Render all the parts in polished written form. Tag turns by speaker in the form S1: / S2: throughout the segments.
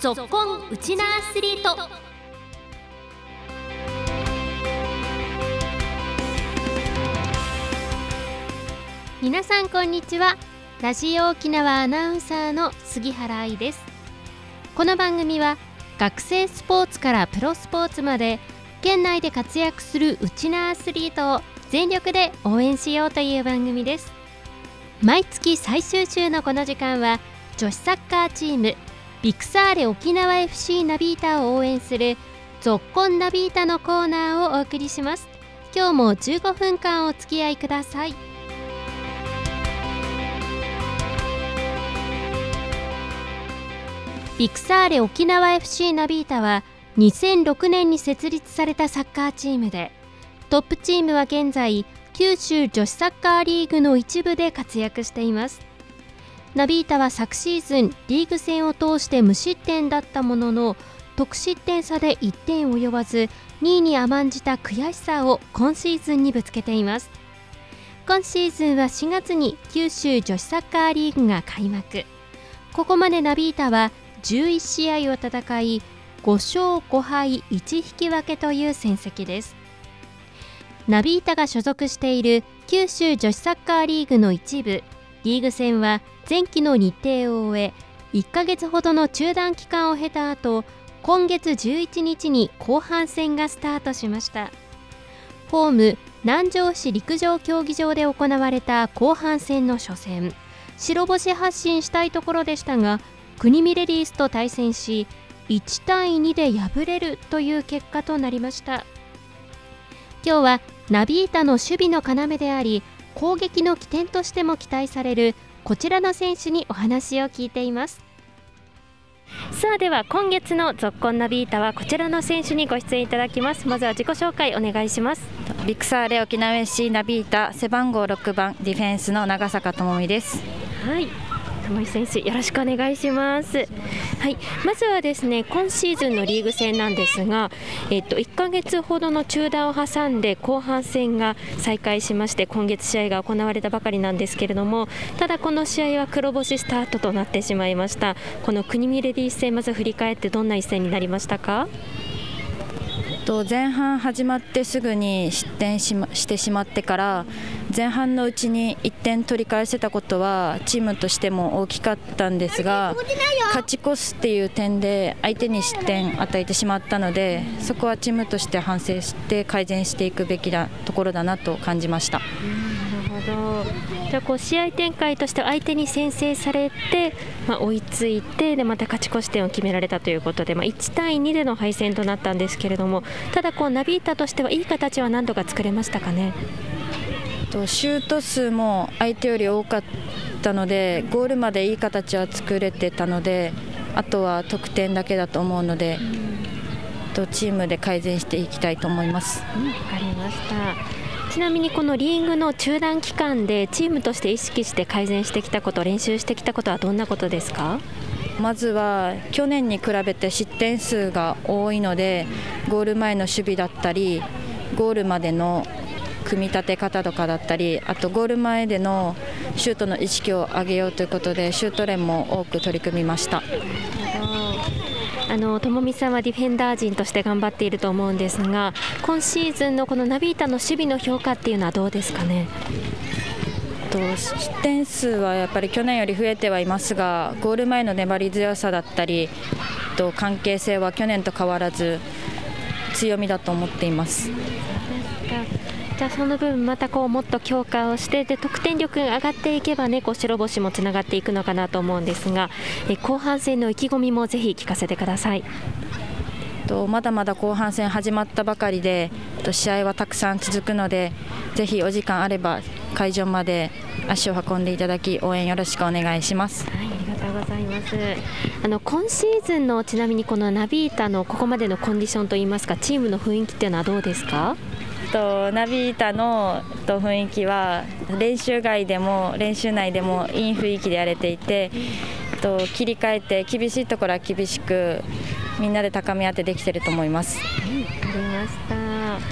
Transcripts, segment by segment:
S1: ぞっこんウチナアスリート。皆さんこんにちは。ラジオ沖縄アナウンサーの杉原愛です。この番組は学生スポーツからプロスポーツまで県内で活躍するウチナアスリートを全力で応援しようという番組です。毎月最終週のこの時間は女子サッカーチームビクサーレ沖縄 FC ナビータを応援するぞっこんナビータのコーナーをお送りします。今日も15分間お付き合いください。ビクサーレ沖縄 FC ナビータは2006年に設立されたサッカーチームで、トップチームは現在九州女子サッカーリーグの一部で活躍しています。ナビータは昨シーズンリーグ戦を通して無失点だったものの、得失点差で1点及ばず2位に甘んじた悔しさを今シーズンにぶつけています。今シーズンは4月に九州女子サッカーリーグが開幕。ここまでナビータは11試合を戦い5勝5敗1引き分けという戦績です。ナビータが所属している九州女子サッカーリーグの一部リーグ戦は前期の日程を終え1ヶ月ほどの中断期間を経た後、今月11日に後半戦がスタートしました。ホーム南城市陸上競技場で行われた後半戦の初戦、白星発進したいところでしたが、国見レディースと対戦し1対2で敗れるという結果となりました。今日はナビータの守備の要であり攻撃の起点としても期待されるこちらの選手にお話を聞いています。さあでは今月のぞっこんナビータはこちらの選手にご出演いただきます。まずは自己紹介お願いします。
S2: ビクサーレ沖縄 FC ナビータ背番号6番ディフェンスの長坂智美です。
S1: はい、友井選手よろしくお願いします。はい、まずはですね今シーズンのリーグ戦なんですが、1ヶ月ほどの中断を挟んで後半戦が再開しまして、今月試合が行われたばかりなんですけれども、ただこの試合は黒星スタートとなってしまいました。この国見レディース戦、まず振り返ってどんな一戦になりましたか？
S2: 前半始まってすぐに失点してしまってから前半のうちに1点取り返せたことはチームとしても大きかったんですが、勝ち越すっていう点で相手に失点与えてしまったので、そこはチームとして反省して改善していくべきなところだなと感じました。
S1: なるほど。じゃあ試合展開として相手に先制されて、追いついてでまた勝ち越し点を決められたということで、1対2での敗戦となったんですけれども、ただナビータとしてはいい形は何度か作れましたかね？
S2: シュート数も相手より多かったのでゴールまでいい形は作れてたので、あとは得点だけだと思うので、チームで改善していきたいと思います。
S1: わかりました。ちなみにこのリーグの中断期間でチームとして意識して改善してきたこと、練習してきたことはどんなことですか？
S2: まずは去年に比べて失点数が多いので、ゴール前の守備だったりゴールまでの組み立て方とかだったり、あとゴール前でのシュートの意識を上げようということでシュート練も多く取り組みました。
S1: 友美さんはディフェンダー陣として頑張っていると思うんですが、今シーズンのこのナビータの守備の評価っていうのはどうですかね？
S2: 失点数はやっぱり去年より増えてはいますが、ゴール前の粘り強さだったり関係性は去年と変わらず強みだと思っています。
S1: じゃあその分またもっと強化をして得点力が上がっていけばね、白星もつながっていくのかなと思うんですが、後半戦の意気込みもぜひ聞かせてください。
S2: まだまだ後半戦始まったばかりで試合はたくさん続くので、ぜひお時間あれば会場まで足を運んでいただき応援よろしくお願いします。
S1: はい、ありがとうございます。今シーズンのちなみにこのナビータのここまでのコンディションといいますか、チームの雰囲気っていうのはどうですか？
S2: ナビータの雰囲気は練習外でも練習内でもいい雰囲気でやれていて、切り替えて厳しいところは厳しくみんなで高め合ってできていると思います。
S1: わかりました。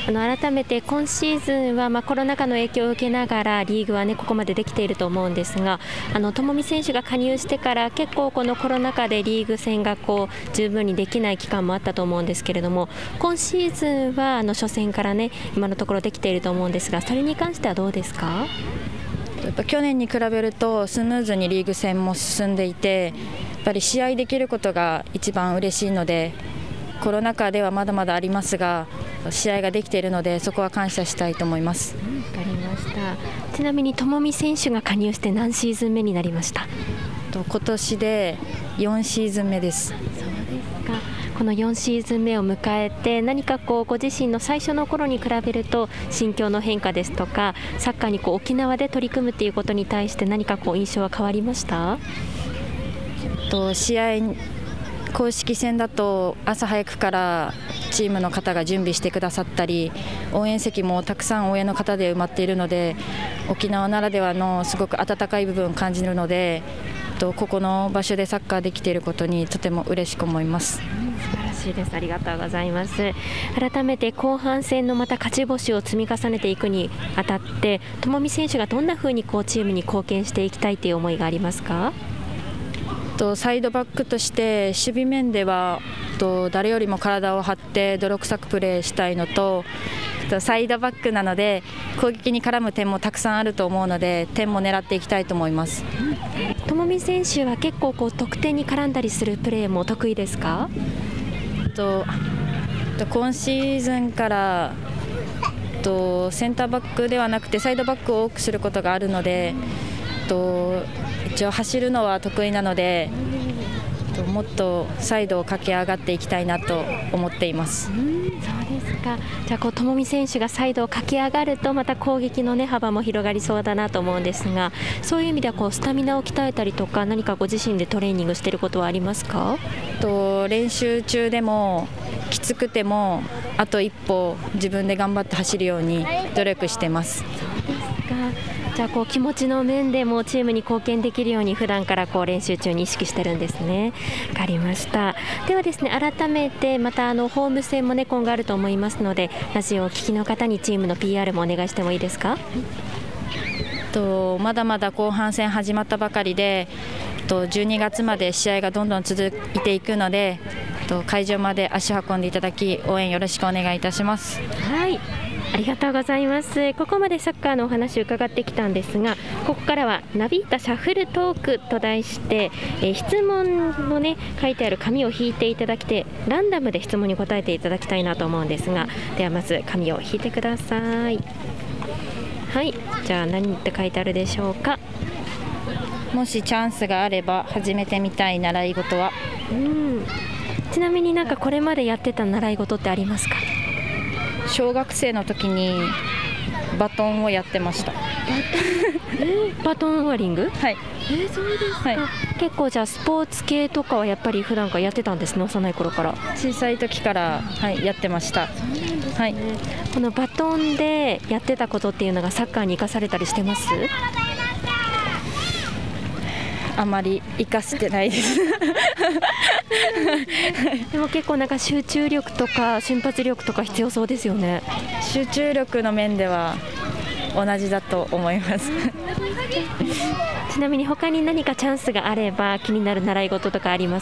S1: 改めて今シーズンはコロナ禍の影響を受けながらリーグはここまでできていると思うんですが、友美選手が加入してから結構このコロナ禍でリーグ戦が十分にできない期間もあったと思うんですけれども、今シーズンは初戦から今のところできていると思うんですが、それに関してはどうですか？
S2: やっぱ去年に比べるとスムーズにリーグ戦も進んでいて、やっぱり試合できることが一番嬉しいので、コロナ禍ではまだまだありますが試合ができているので、そこは感謝したいと思います。
S1: わかりました。ちなみに友美選手が加入して何シーズン目になりました？
S2: 今年で4シーズン目です。
S1: そうですか。この4シーズン目を迎えて何かご自身の最初の頃に比べると心境の変化ですとか、サッカーに沖縄で取り組むということに対して何か印象は変わりました？
S2: 試合公式戦だと朝早くからチームの方が準備してくださったり、応援席もたくさん応援の方で埋まっているので、沖縄ならではのすごく温かい部分を感じるので、ここの場所でサッカーできていることにとても嬉しく思います。
S1: 素晴らしいです。ありがとうございます。改めて後半戦のまた勝ち星を積み重ねていくにあたって、友美選手がどんなふうにチームに貢献していきたいという思いがありますか？
S2: サイドバックとして守備面では誰よりも体を張って泥臭くプレーしたいのと、サイドバックなので攻撃に絡む点もたくさんあると思うので、点も狙っていきたいと思います。
S1: 友美選手は結構得点に絡んだりするプレーも得意ですか？
S2: 今シーズンからセンターバックではなくてサイドバックを多くすることがあるので、一応走るのは得意なので、もっとサイドを駆け上がっていきたいなと思っています。
S1: そうですか。じゃあ友美選手がサイドを駆け上がるとまた攻撃の幅も広がりそうだなと思うんですが、そういう意味ではスタミナを鍛えたりとか、何かご自身でトレーニングしていることはありますか？
S2: 練習中でもきつくてもあと一歩自分で頑張って走るように努力してます。
S1: そうですか。じゃあ気持ちの面でもチームに貢献できるように普段から練習中に意識してるんですね。わかりました。ではですね、改めてまたホーム戦も今後あると思いますので、ラジオをお聞きの方にチームの PR もお願いしてもいいですか？
S2: まだまだ後半戦始まったばかりで、12月まで試合がどんどん続いていくので、会場まで足を運んでいただき応援よろしくお願いいたします。
S1: はい、ありがとうございます。ここまでサッカーのお話を伺ってきたんですが、ここからはナビータシャッフルトークと題して、質問の書いてある紙を引いていただきて、ランダムで質問に答えていただきたいなと思うんですが、ではまず紙を引いてください。はい、じゃあ何って書いてあるでしょうか？
S2: もしチャンスがあれば始めてみたい習い事は？
S1: ちなみにこれまでやってた習い事ってありますか？
S2: 小学生の時にバトンをやってました。
S1: バトンワーリング？
S2: はい。
S1: そうですか。
S2: はい、
S1: 結構じゃあスポーツ系とかはやっぱり普段からやってたんですね、幼い頃から。
S2: 小さい時から、やってました。
S1: そうなんですね。このバトンでやってたことっていうのがサッカーに生かされたりしてます？
S2: あまり生かしてないです
S1: でも結構集中力とか瞬発力とか必要そうですよね。
S2: 集中力の面では同じだと思います
S1: ちなみに他に何かチャンスがあれば気になる習い事とかあります？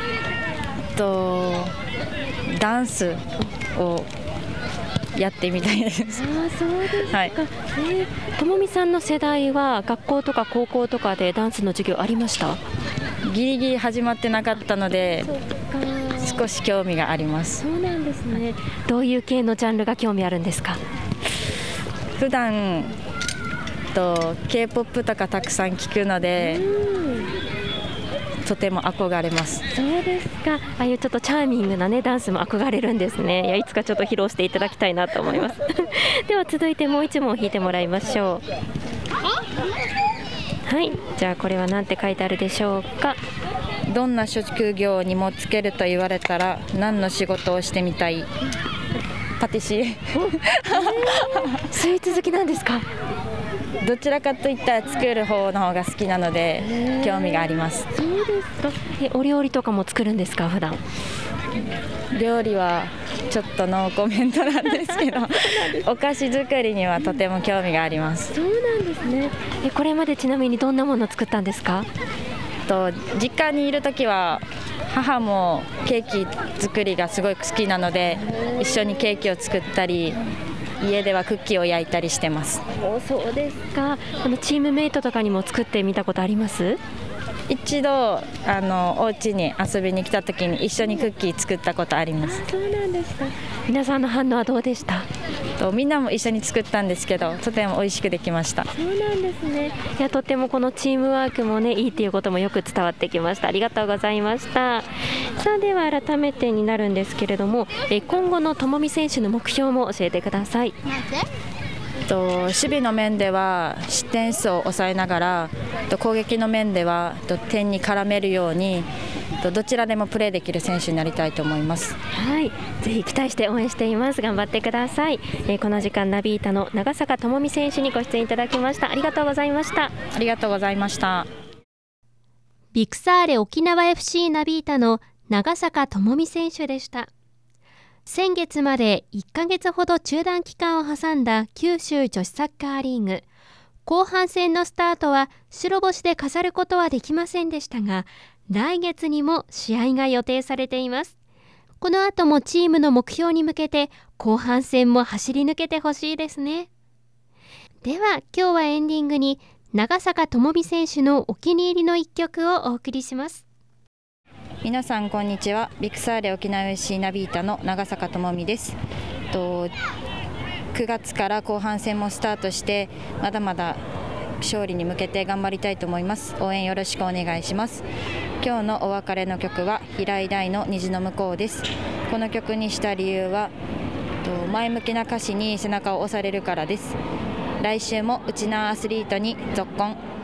S2: ダンスをやってみたいです。
S1: そうですか。友美さんの世代は学校とか高校とかでダンスの授業ありました？
S2: ギリギリ始まってなかったので少し興味があります。
S1: そうなんですね。どういう系のジャンルが興味あるんですか？
S2: 普段K-POP とかたくさん聞くのでとても憧れます。
S1: そうですか。ああいうちょっとチャーミングなダンスも憧れるんですね。いや、いつかちょっと披露していただきたいなと思いますでは続いてもう1問引いてもらいましょう。はい、じゃあこれは何て書いてあるでしょうか？
S2: どんな職業にもつけると言われたら何の仕事をしてみたい？パティシエ
S1: スイーツ好きなんですか？
S2: どちらかといったら作る方の方が好きなので興味があります。
S1: そうですか。お料理とかも作るんですか？普段
S2: 料理はちょっとノーコメントなんですけどお菓子作りにはとても興味があります。
S1: そうなんですね。これまでちなみにどんなものを作ったんですか？
S2: 実家にいるときは母もケーキ作りがすごい好きなので一緒にケーキを作ったり家ではクッキーを焼いたりしてます。
S1: そうですか。チームメイトとかにも作ってみたことあります？
S2: 一度お家に遊びに来た時に一緒にクッキー作ったことあります。
S1: そうなんですか。皆さんの反応はどうでした？
S2: みんなも一緒に作ったんですけどとても美味しくできました。
S1: そうなんですね。いや、とてもこのチームワークもねいいっていうこともよく伝わってきました。ありがとうございました。さあ、では改めてになるんですけれども、今後の智美選手の目標も教えてください。
S2: 守備の面では失点数を抑えながら攻撃の面では点に絡めるようにどちらでもプレーできる選手になりたいと思います。
S1: はい、ぜひ期待して応援しています。頑張ってください。この時間ナビータの長坂智美選手にご出演いただきました。ありがとうございました。
S2: ありがとうございました。
S1: ビクサーレ沖縄 FC ナビータの長坂智美選手でした。先月まで1ヶ月ほど中断期間を挟んだ九州女子サッカーリーグ。後半戦のスタートは白星で飾ることはできませんでしたが、来月にも試合が予定されています。この後もチームの目標に向けて後半戦も走り抜けてほしいですね。では今日はエンディングに長坂智美選手のお気に入りの一曲をお送りします。
S2: 皆さんこんにちは。ビクサーレ沖縄 FC ナビータの長坂智美です。9月から後半戦もスタートしてまだまだ勝利に向けて頑張りたいと思います。応援よろしくお願いします。今日のお別れの曲は平井大の虹の向こうです。この曲にした理由は前向きな歌詞に背中を押されるからです。来週もウチナーアスリートにぞっこん。